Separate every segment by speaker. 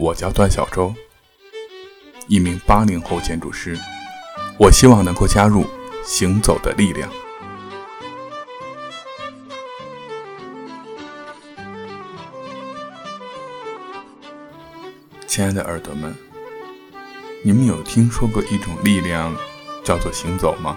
Speaker 1: 我叫段小周，一名80后建筑师，我希望能够加入行走的力量。亲爱的耳朵们，你们有听说过一种力量叫做行走吗？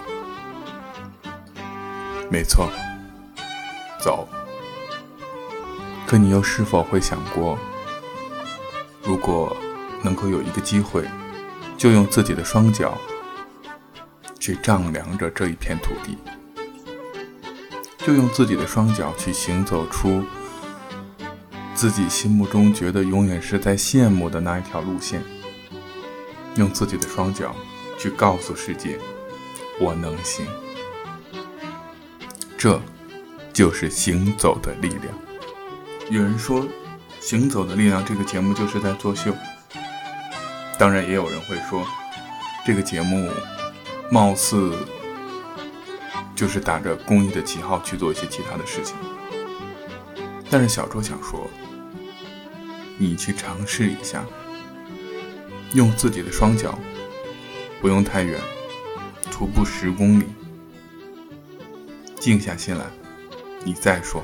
Speaker 1: 没错，走。可你又是否会想过，如果能够有一个机会，就用自己的双脚去丈量着这一片土地，就用自己的双脚去行走出自己心目中觉得永远是在羡慕的那一条路线，用自己的双脚去告诉世界，我能行。这就是行走的力量。有人说，行走的力量这个节目就是在作秀，当然也有人会说，这个节目貌似就是打着公益的旗号去做一些其他的事情。但是小周想说，你去尝试一下，用自己的双脚，不用太远，徒步10公里，静下心来，你再说。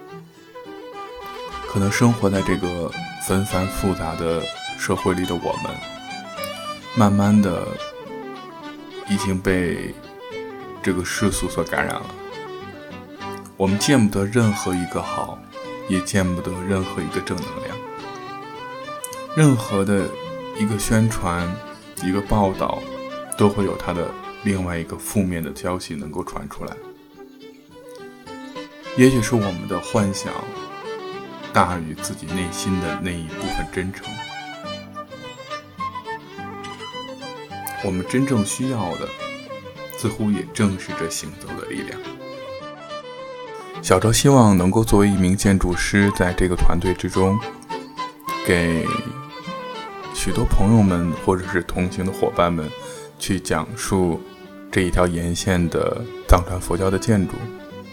Speaker 1: 可能生活在这个纷繁复杂的社会里的我们，慢慢的已经被这个世俗所感染了。我们见不得任何一个好，也见不得任何一个正能量。任何的一个宣传，一个报道，都会有它的另外一个负面的消息能够传出来。也许是我们的幻想大于自己内心的那一部分真诚。我们真正需要的，似乎也正是这行走的力量。小周希望能够作为一名建筑师，在这个团队之中，给许多朋友们或者是同行的伙伴们去讲述这一条沿线的藏传佛教的建筑，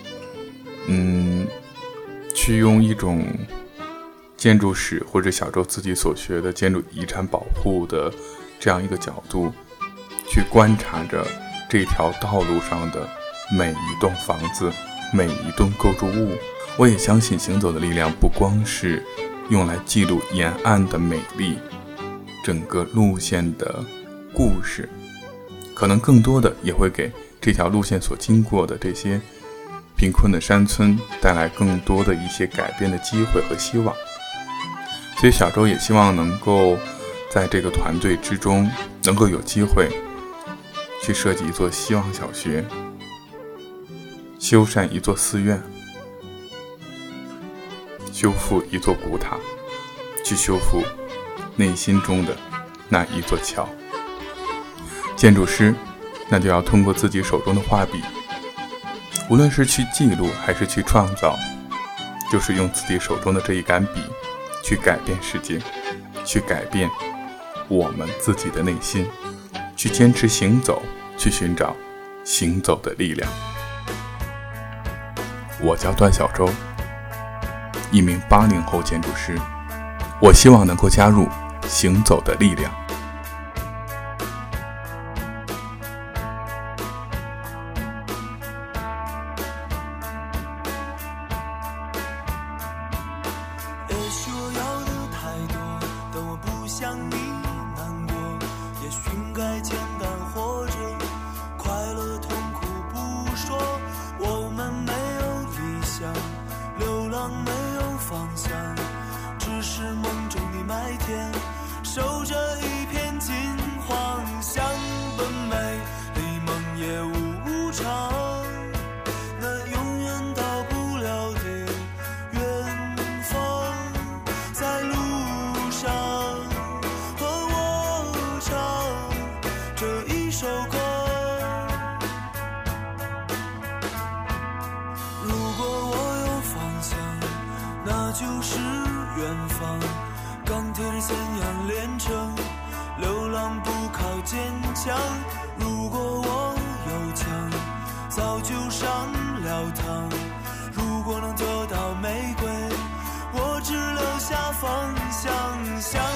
Speaker 1: 去用一种建筑史或者小周自己所学的建筑遗产保护的这样一个角度，去观察着这条道路上的每一栋房子，每一栋构筑物。我也相信行走的力量不光是用来记录沿岸的美丽，整个路线的故事，可能更多的也会给这条路线所经过的这些贫困的山村带来更多的一些改变的机会和希望。所以小周也希望能够在这个团队之中，能够有机会去设计一座希望小学，修缮一座寺院，修复一座古塔，去修复内心中的那一座桥。建筑师那就要通过自己手中的画笔，无论是去记录还是去创造，就是用自己手中的这一杆笔去改变世界，去改变我们自己的内心，去坚持行走，去寻找行走的力量。我叫段小周，一名80后建筑师，我希望能够加入行走的力量。
Speaker 2: 也许我要的太多，但我不想你难过。也许应该简单活着，快乐痛苦不说。我们没有理想，流浪没有方向，只是梦中的麦田，守着一片金黄。想本美离梦也无常，那永远到不了的远方，在路上和我唱这一首歌。如果我有方向，那就是远方，钢铁是怎样炼成，流浪不靠坚强。如果我有枪，早就上了膛。如果能得到玫瑰，我只留下方向。